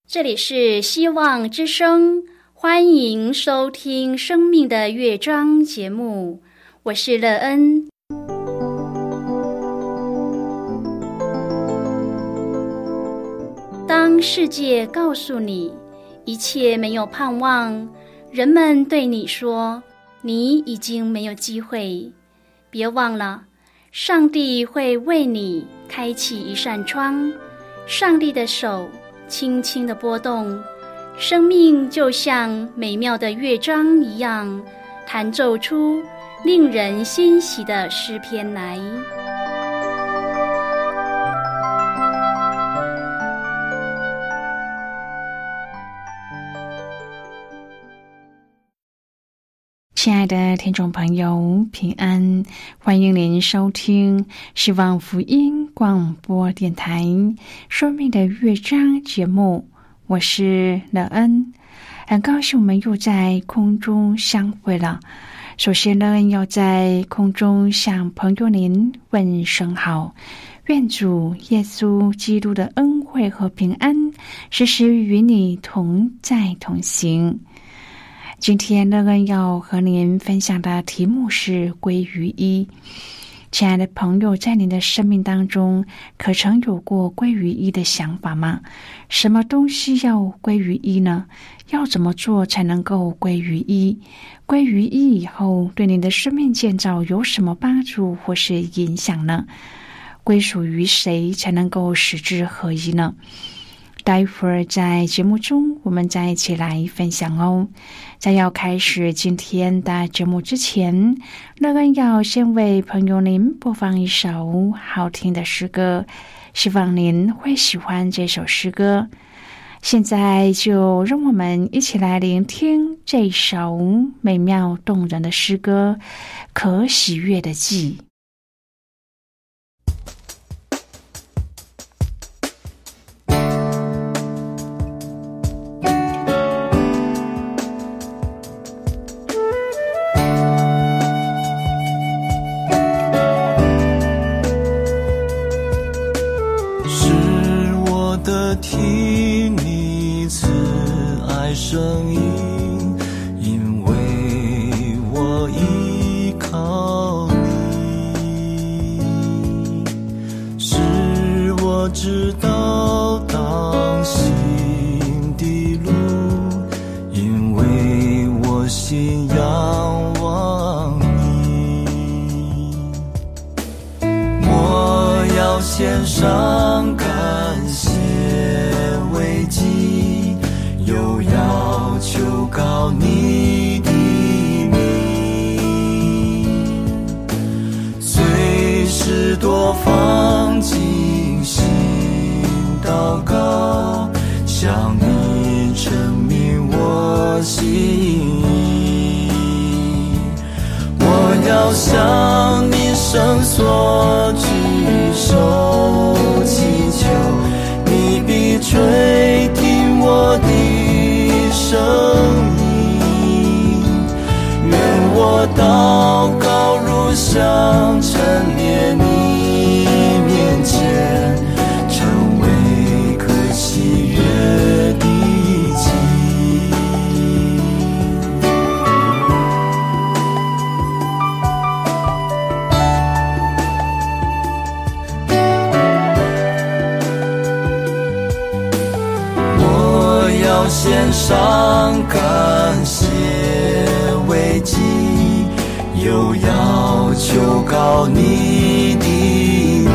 这里是希望之声，欢迎收听生命的乐章节目，我是乐恩。当世界告诉你一切没有盼望，人们对你说你已经没有机会，别忘了上帝会为你开启一扇窗，上帝的手轻轻地拨动，生命就像美妙的乐章一样，弹奏出令人欣喜的诗篇来。 亲爱的听众朋友，平安，欢迎您收听希望福音广播电台生命的乐章节目，我是乐恩，很高兴我们又在空中相会了。首先呢，要在空中向朋友您问声好，愿主耶稣基督的恩惠和平安时时与你同在同行。今天乐恩要和您分享的题目是归于一。亲爱的朋友，在您的生命当中可曾有过归于一的想法吗？什么东西要归于一呢？要怎么做才能够归于一？归于一以后对您的生命建造有什么帮助或是影响呢？归属于谁才能够使之合一呢？待会儿在节目中我们再一起来分享哦。在要开始今天的节目之前，乐恩要先为朋友您播放一首好听的诗歌，希望您会喜欢这首诗歌。现在就让我们一起来聆听这首美妙动人的诗歌《可喜悦的祭》。 听你慈爱声音，因为我依靠你，使我知道当行的路，因为我心仰望你。我要献上感谢为祭，又要求告你的名，随时多方尽心祷告，向你证明我心意。我要向你圣所举手祈求，你必垂听我的声音，愿我祷告如香陈列你面前，成为可喜悦的祭。献上感谢为祭，又要求告你的名，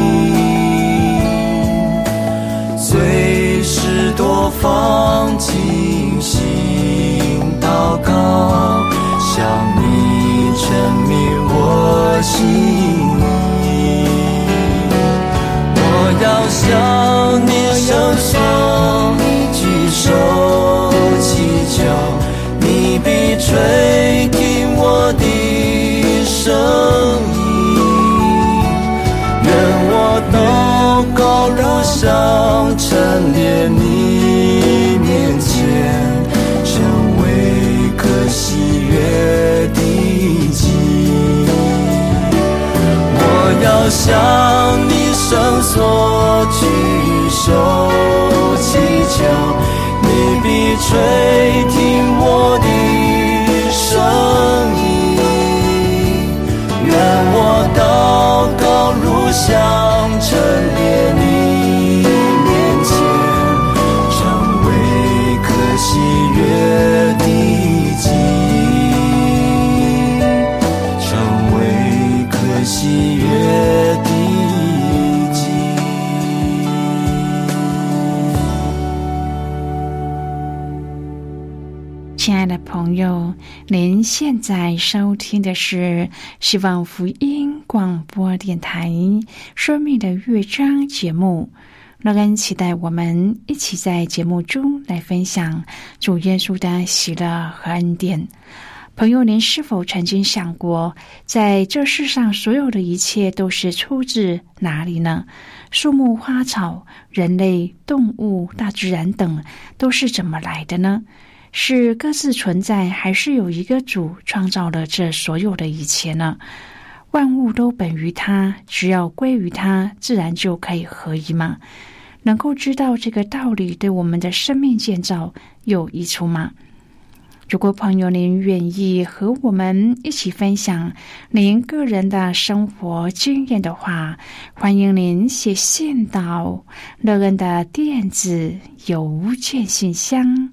随时多方尽心祷告，向你证明我心意。我要向你圣所手祈求，你必垂听我的声音，愿我祷告如香陈列你面前，成为可喜悦的祭。我要向你圣所举手祈求， 必垂听我的声音。愿我祷告如香陈列你面前，成为可喜悦的祭，成为可喜悦的祭。 亲爱的朋友，您现在收听的是希望福音广播电台生命的乐章节目。乐恩期待我们一起在节目中来分享主耶稣的喜乐和恩典。朋友，您是否曾经想过，在这世上所有的一切都是出自哪里呢？树木、花草、人类、动物、大自然等都是怎么来的呢？是各自存在，还是有一个主创造了这所有的一切呢？万物都本于他，只要归于他，自然就可以合一吗？能够知道这个道理，对我们的生命建造有益处吗？如果朋友您愿意和我们一起分享您个人的生活经验的话，欢迎您写信到乐恩的电子邮件信箱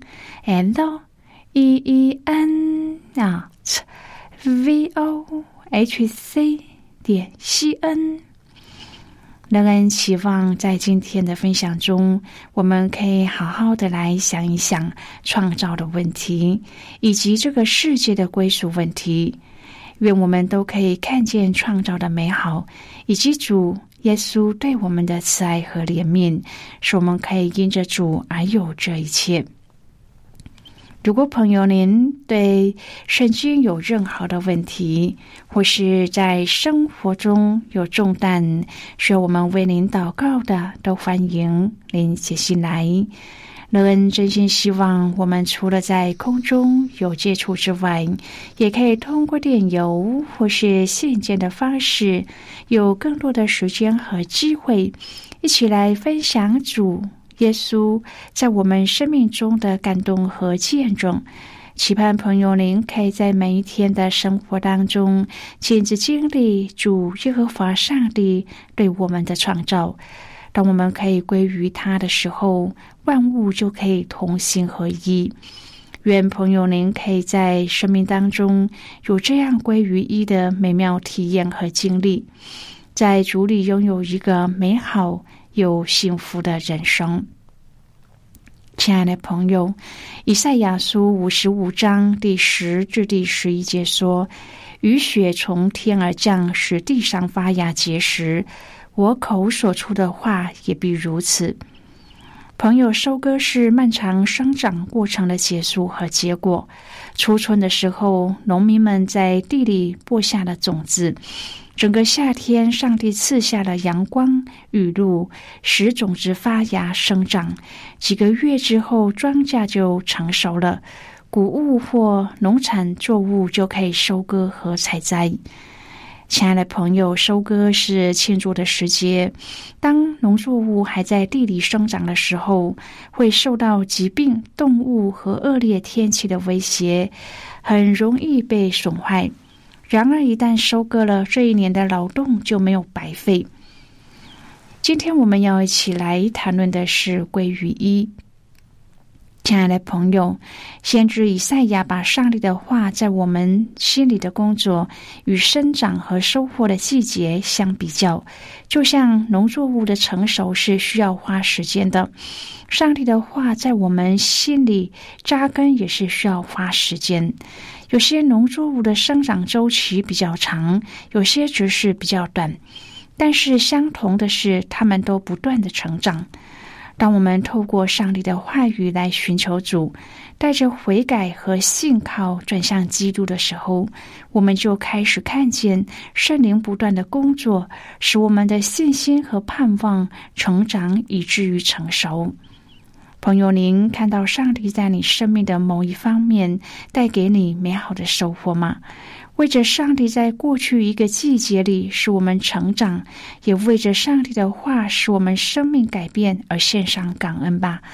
LEEN@vohc.cn。乐恩期望在今天的分享中，我们可以好好的来想一想创造的问题，以及这个世界的归属问题。愿我们都可以看见创造的美好，以及主耶稣对我们的慈爱和怜悯，使我们可以因着主而有这一切。如果朋友您对圣经有任何的问题，或是在生活中有重担需要我们为您祷告的，都欢迎您写信来。乐恩真心希望我们除了在空中有接触之外，也可以通过电邮或是信件的方式，有更多的时间和机会一起来分享主耶稣在我们生命中的感动和见证。期盼朋友您可以在每一天的生活当中亲自经历主耶和华上帝对我们的创造。当我们可以归于他的时候，万物就可以同心合一。愿朋友您可以在生命当中有这样归于一的美妙体验和经历，在主里拥有一个美好有幸福的人生。亲爱的朋友，以赛亚书55章第10至第11节说，雨雪从天而降，使地上发芽结实，我口所出的话也必如此。朋友，收割是漫长生长过程的结束和结果。初春的时候，农民们在地里播下了种子，整个夏天上帝赐下了阳光雨露，使种子发芽生长。几个月之后，庄稼就成熟了，谷物或农产作物就可以收割和采摘。亲爱的朋友，收割是庆祝的时节。当农作物还在地里生长的时候，会受到疾病、动物和恶劣天气的威胁，很容易被损坏。然而一旦收割了，这一年的劳动就没有白费。今天我们要一起来谈论的是归于一。亲爱的朋友，先知以赛亚把上帝的话在我们心里的工作与生长和收获的季节相比较，就像农作物的成熟是需要花时间的，上帝的话在我们心里扎根也是需要花时间。有些农作物的生长周期比较长，有些只是比较短，但是相同的是，它们都不断的成长。当我们透过上帝的话语来寻求主，带着悔改和信靠转向基督的时候，我们就开始看见圣灵不断的工作，使我们的信心和盼望成长以至于成熟。朋友，您看到上帝在你生命的某一方面带给你美好的收获吗？为着上帝在过去一个季节里使我们成长，也为着上帝的话使我们生命改变而献上感恩吧。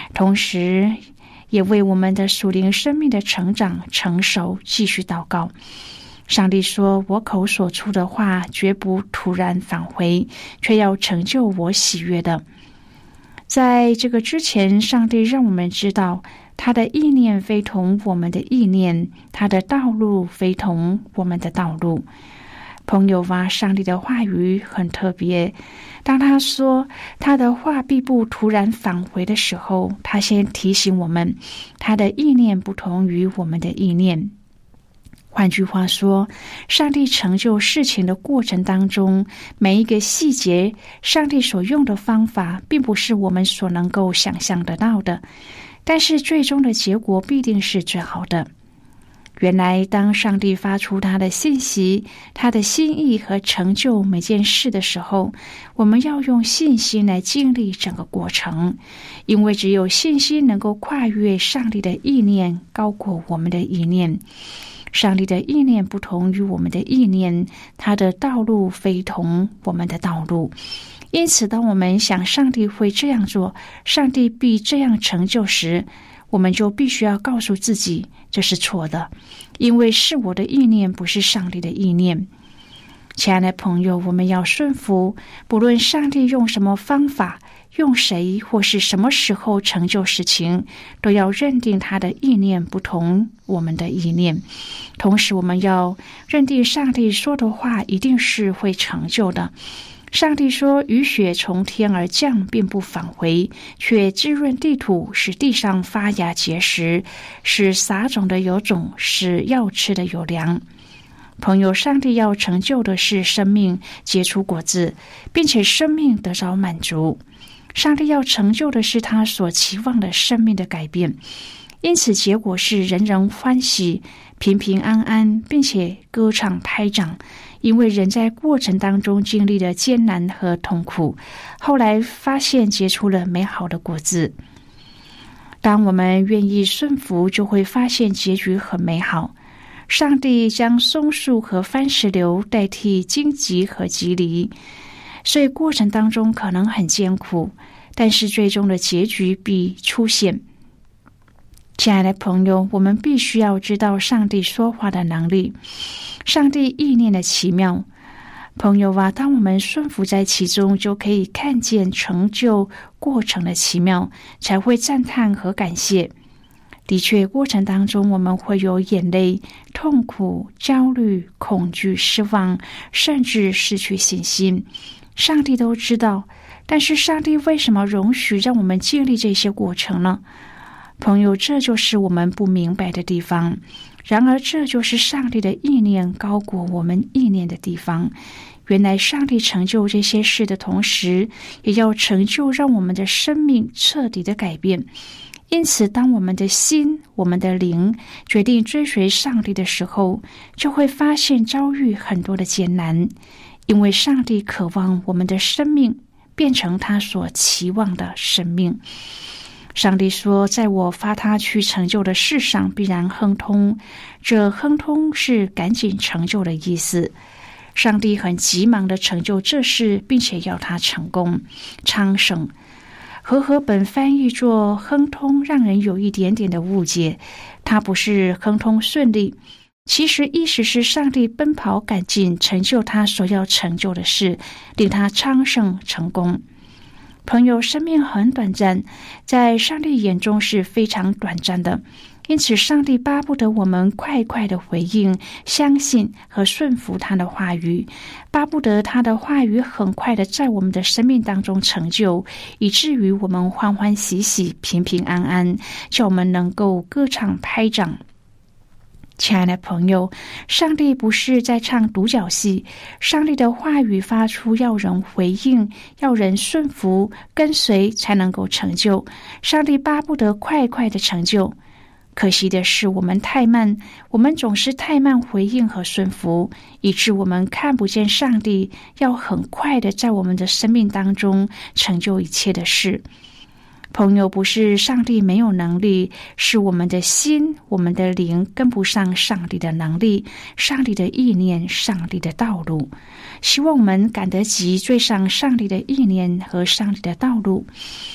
同时也为我们的属灵生命的成长成熟继续祷告。上帝说，我口所出的话绝不突然返回，却要成就我喜悦的。在这个之前，上帝让我们知道他的意念非同我们的意念，他的道路非同我们的道路。朋友啊，上帝的话语很特别，当他说他的话必不突然返回的时候，他先提醒我们他的意念不同于我们的意念。换句话说，上帝成就事情的过程当中，每一个细节，上帝所用的方法并不是我们所能够想象得到的，但是最终的结果必定是最好的。原来当上帝发出他的信息，他的心意和成就每件事的时候，我们要用信心来经历整个过程，因为只有信心能够跨越上帝的意念，高过我们的意念。上帝的意念不同于我们的意念，他的道路非同我们的道路。因此当我们想上帝会这样做，上帝必这样成就时，我们就必须要告诉自己这是错的，因为是我的意念，不是上帝的意念。亲爱的朋友，我们要顺服，不论上帝用什么方法，用谁或是什么时候成就事情，都要认定他的意念不同我们的意念。同时我们要认定上帝说的话一定是会成就的。上帝说，雨雪从天而降，并不返回，却滋润地土，使地上发芽结实，使撒种的有种，使要吃的有粮。朋友，上帝要成就的是生命结出果子，并且生命得着满足。上帝要成就的是他所期望的生命的改变，因此结果是人人欢喜，平平安安，并且歌唱拍掌。因为人在过程当中经历了艰难和痛苦，后来发现结出了美好的果子。当我们愿意顺服，就会发现结局很美好。上帝将松树和番石榴代替荆棘和棘藜，所以过程当中可能很艰苦，但是最终的结局必出现。亲爱的朋友，我们必须要知道上帝说话的能力，上帝意念的奇妙。朋友啊，当我们顺服在其中，就可以看见成就过程的奇妙，才会赞叹和感谢。的确，过程当中我们会有眼泪、痛苦、焦虑、恐惧、失望，甚至失去信心。上帝都知道，但是上帝为什么容许让我们经历这些过程呢？朋友，这就是我们不明白的地方。然而这就是上帝的意念高过我们意念的地方。原来上帝成就这些事的同时，也要成就让我们的生命彻底的改变。因此当我们的心、我们的灵决定追随上帝的时候，就会发现遭遇很多的艰难，因为上帝渴望我们的生命变成他所期望的生命。上帝说，在我发他去成就的事上必然亨通，这亨通是赶紧成就的意思。上帝很急忙的成就这事，并且要他成功昌盛。和本翻译作亨通，让人有一点点的误解，它不是亨通顺利，其实意思是上帝奔跑赶紧成就他所要成就的事，令他昌盛成功。朋友，生命很短暂，在上帝眼中是非常短暂的，因此上帝巴不得我们快快的回应、相信和顺服他的话语，巴不得他的话语很快的在我们的生命当中成就，以至于我们欢欢喜喜、平平安安，叫我们能够歌唱拍掌。亲爱的朋友，上帝不是在唱独角戏，上帝的话语发出要人回应，要人顺服跟随才能够成就。上帝巴不得快快的成就，可惜的是我们太慢，我们总是太慢回应和顺服，以致我们看不见上帝要很快的在我们的生命当中成就一切的事。朋友，不是上帝没有能力，是我们的心、我们的灵跟不上上帝的能力、上帝的意念、上帝的道路。希望我们赶得及追上上帝的意念和上帝的道路。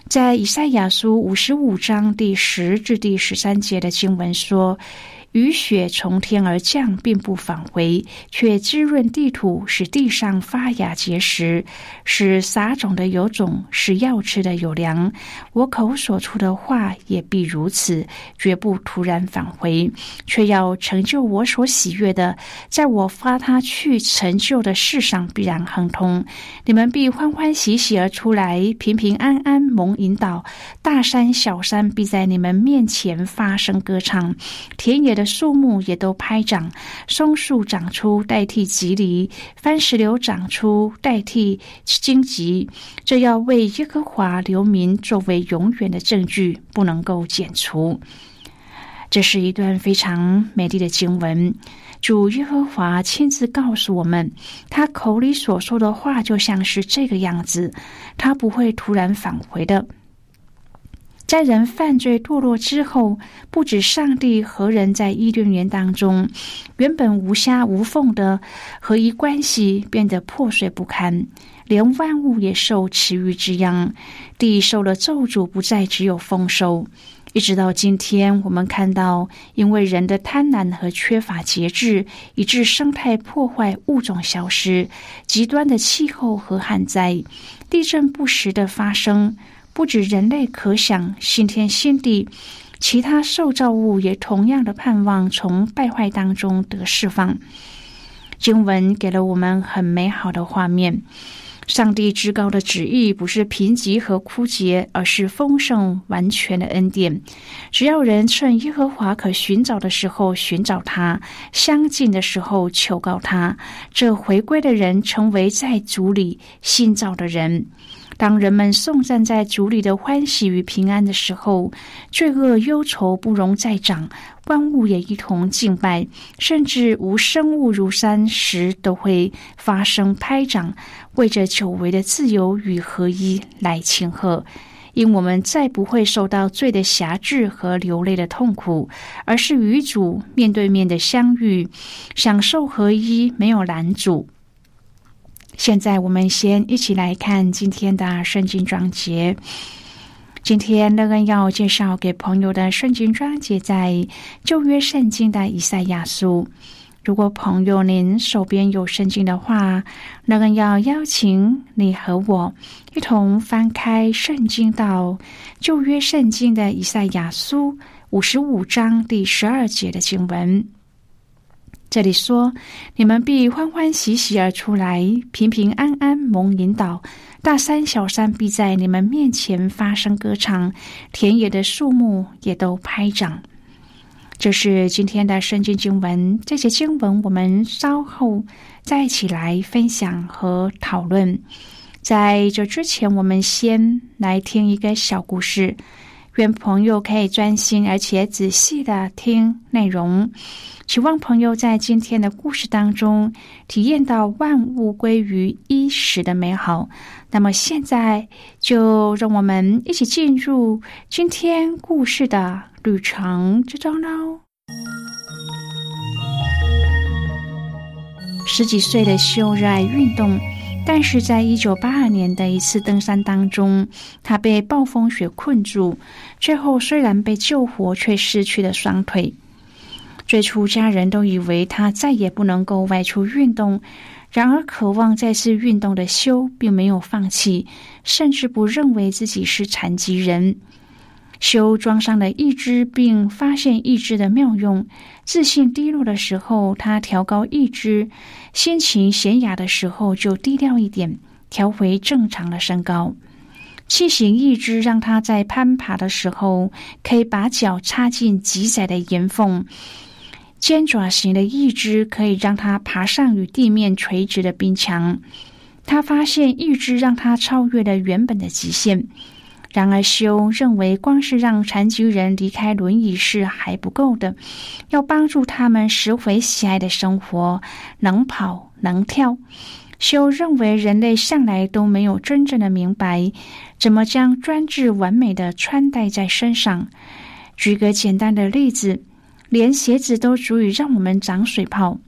在以赛亚书55章第10至第13节的经文说，雨雪从天而降，并不返回，却滋润地土，使地上发芽结实，使撒种的有种，使要吃的有粮。我口所出的话也必如此，绝不突然返回，却要成就我所喜悦的，在我发他去成就的事上必然亨通。你们必欢欢喜喜而出来，平平安安蒙引导。大山小山必在你们面前发声歌唱，田野的树木也都拍掌，松树长出代替棘藜，番石榴长出代替荆棘，这要为耶和华留名，作为永远的证据，不能够剪除。这是一段非常美丽的经文，主耶和华亲自告诉我们，他口里所说的话就像是这个样子，他不会突然返回的。在人犯罪堕落之后，不止上帝和人在伊甸园当中原本无瑕无缝的合一关系变得破碎不堪，连万物也受池鱼之殃，地受了咒诅，不再只有丰收。一直到今天，我们看到因为人的贪婪和缺乏节制，以致生态破坏，物种消失，极端的气候和旱灾，地震不时的发生。不止人类可想新天新地，其他受造物也同样的盼望从败坏当中得释放。经文给了我们很美好的画面，上帝至高的旨意不是贫瘠和枯竭，而是丰盛完全的恩典。只要人趁耶和华可寻找的时候寻找他，相近的时候求告他，这回归的人成为在主里新造的人。当人们颂赞在主里的欢喜与平安的时候，罪恶忧愁不容再长，万物也一同敬拜，甚至无生物如山石都会发声拍掌，为着久违的自由与合一来庆贺。因我们再不会受到罪的辖制和流泪的痛苦，而是与主面对面的相遇，享受合一，没有拦阻。现在我们先一起来看今天的圣经章节。今天乐恩要介绍给朋友的圣经章节在旧约圣经的以赛亚书。如果朋友您手边有圣经的话，乐恩要邀请你和我一同翻开圣经到旧约圣经的以赛亚书55章第12节的经文。这里说，你们必欢欢喜喜而出来，平平安安蒙引导，大山小山必在你们面前发声歌唱，田野的树木也都拍掌。这是今天的圣经经文，这些经文我们稍后再一起来分享和讨论。在这之前，我们先来听一个小故事，愿朋友可以专心而且仔细的听内容，期望朋友在今天的故事当中体验到万物归于一时的美好。那么现在就让我们一起进入今天故事的旅程之中喽。10几岁的修热爱运动，但是在1982年的一次登山当中，他被暴风雪困住，最后虽然被救活，却失去了双腿。最初家人都以为他再也不能够外出运动，然而渴望再次运动的修并没有放弃，甚至不认为自己是残疾人。修装上了义肢，并发现义肢的妙用。自信低落的时候，他调高义肢；心情闲雅的时候就低调一点，调回正常的身高。器型义肢让他在攀爬的时候可以把脚插进极窄的岩缝，尖爪型的义肢可以让他爬上与地面垂直的冰墙。他发现义肢让他超越了原本的极限。然而修认为光是让残疾人离开轮椅是还不够的，要帮助他们拾回喜爱的生活，能跑能跳。修认为人类向来都没有真正的明白怎么将专制完美的穿戴在身上。举个简单的例子，连鞋子都足以让我们长水泡。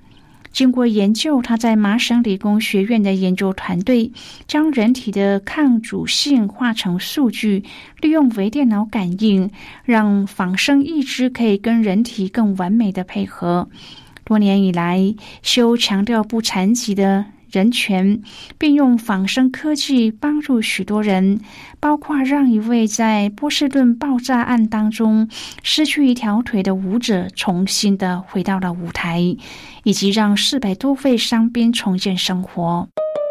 经过研究，他在麻省理工学院的研究团队将人体的抗阻性化成数据，利用微电脑感应，让仿生义肢可以跟人体更完美的配合。多年以来，修强调不残疾的人权，并用仿生科技帮助许多人，包括让一位在波士顿爆炸案当中失去一条腿的舞者重新的回到了舞台，以及让400多位伤兵重建生活。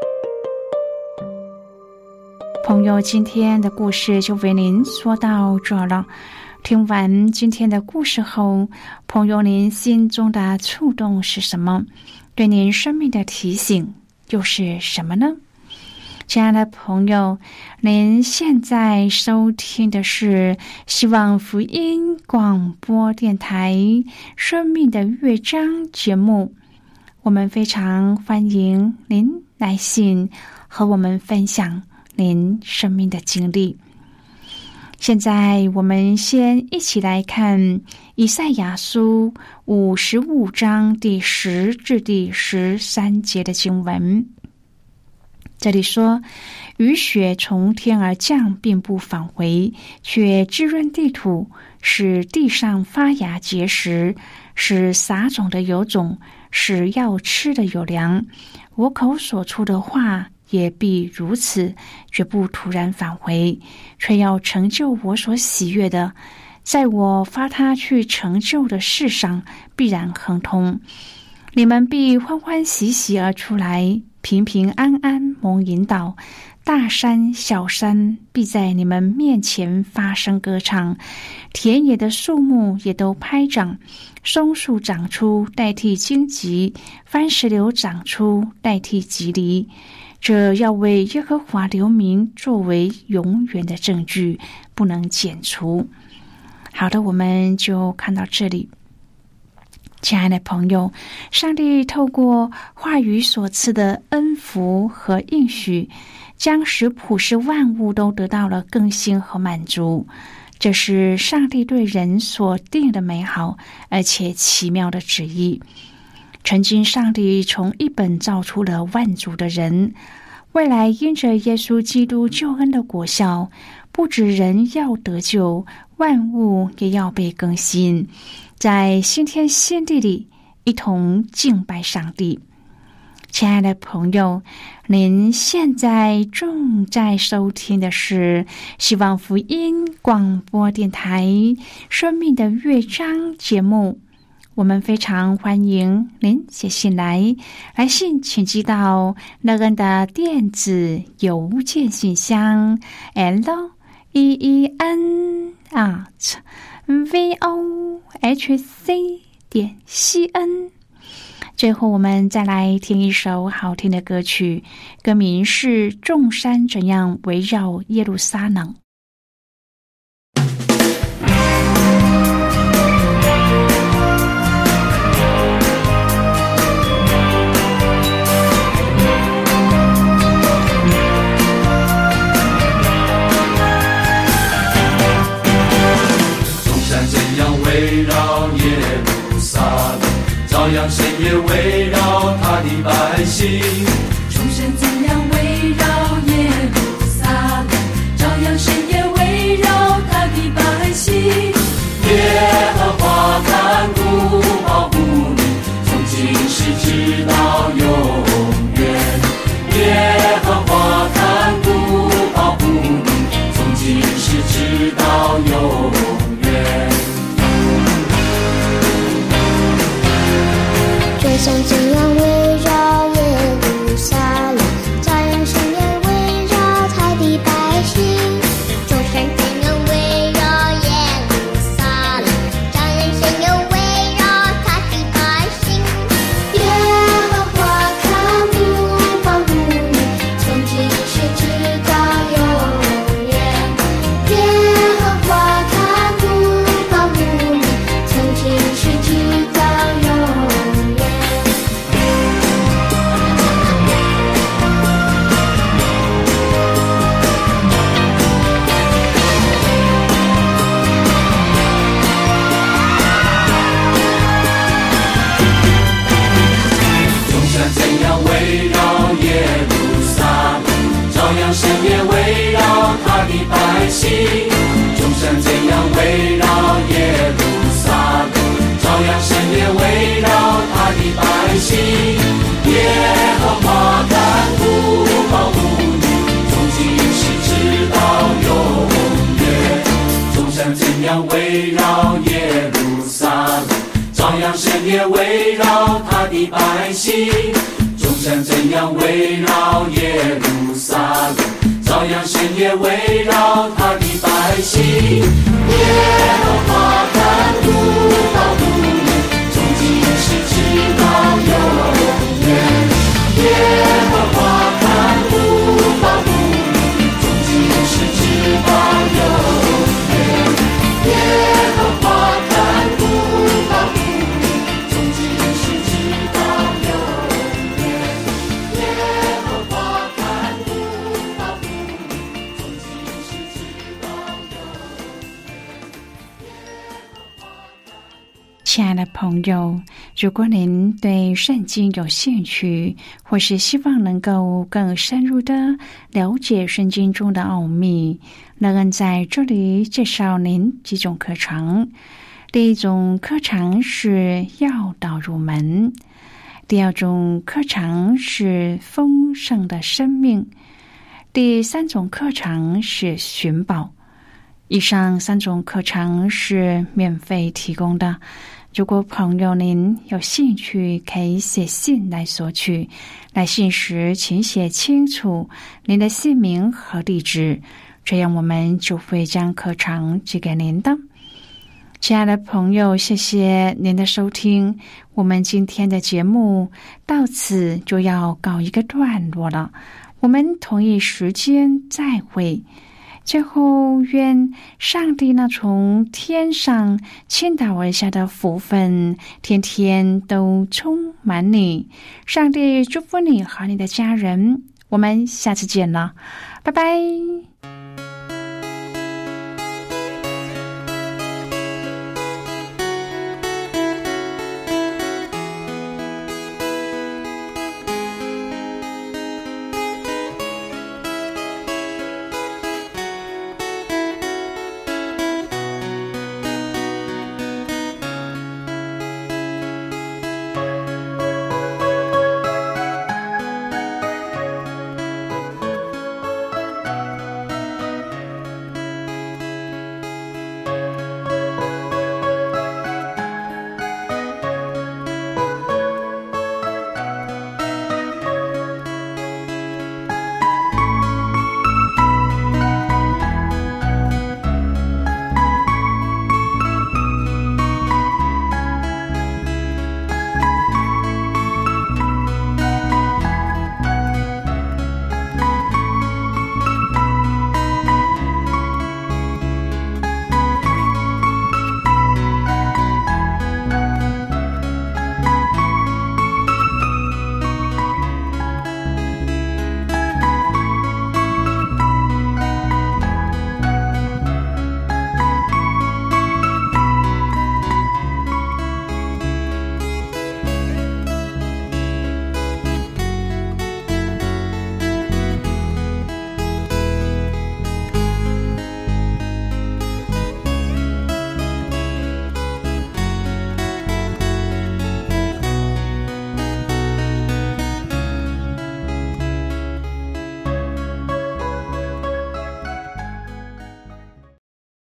朋友，今天的故事就为您说到这了。听完今天的故事后，朋友，您心中的触动是什么？对您生命的提醒又是什么呢？亲爱的朋友，您现在收听的是希望福音广播电台生命的乐章节目，我们非常欢迎您来信和我们分享您生命的经历。现在我们先一起来看以赛亚书55章第10至第13节的经文。这里说，雨雪从天而降，并不返回，却滋润地土，使地上发芽结实，使撒种的有种，使要吃的有粮。我口所出的话也必如此，绝不突然返回，却要成就我所喜悦的，在我发他去成就的事上必然亨通。你们必欢欢喜喜而出来，平平安安蒙引导，大山小山必在你们面前发声歌唱，田野的树木也都拍掌，松树长出代替荆棘，番石榴长出代替棘藜，这要为耶和华留名，作为永远的证据，不能剪除。好的，我们就看到这里。亲爱的朋友，上帝透过话语所赐的恩福和应许，将使普世万物都得到了更新和满足。这是上帝对人所定的美好而且奇妙的旨意。曾经上帝从一本造出了万族的人，未来因着耶稣基督救恩的果效，不止人要得救，万物也要被更新，在新天新地里一同敬拜上帝。亲爱的朋友，您现在正在收听的是希望福音广播电台生命的乐章节目。我们非常欢迎您写信来信请寄到乐恩的电子邮件信箱 len@vohc.cn。最后我们再来听一首好听的歌曲，歌名是《众山怎样围绕耶路撒冷》。 围绕耶路撒冷，照样神也围绕他的百姓。 众神怎样围绕耶路撒冷，照样神也围绕他的百姓。 耶和华看顾保护你，从今世直到永远。耶和华看顾保护你，从今世直到永远。 众神怎样围绕耶路撒冷，照样众山怎样围绕耶路撒冷，照样神也围绕他的百姓。耶和华看顾保护你，从今世直到永远。众山怎样围绕耶路撒冷，照样神也围绕他的百姓。众山怎样围绕耶路撒冷，照样神也围绕他的百姓。耶和华看顾保护你，从今世直到永远。耶和华看顾保护你，从今世直到永远。耶和华看顾保护你，从今世直到永远。耶和华看顾保护你，从今世直到永远。 亲爱的朋友，如果您对圣经有兴趣，或是希望能够更深入的了解圣经中的奥秘，乐恩在这里介绍您几种课程。第一种课程是要道入门，第二种课程是丰盛的生命，第三种课程是寻宝。以上3种课程是免费提供的，如果朋友您有兴趣，可以写信来索取。来信时请写清楚您的姓名和地址，这样我们就会将课程寄给您的。亲爱的朋友，谢谢您的收听，我们今天的节目到此就要告一个段落了，我们同一时间再会。最后，愿上帝那从天上倾倒而下的福分，天天都充满你。上帝祝福你和你的家人，我们下次见了，拜拜。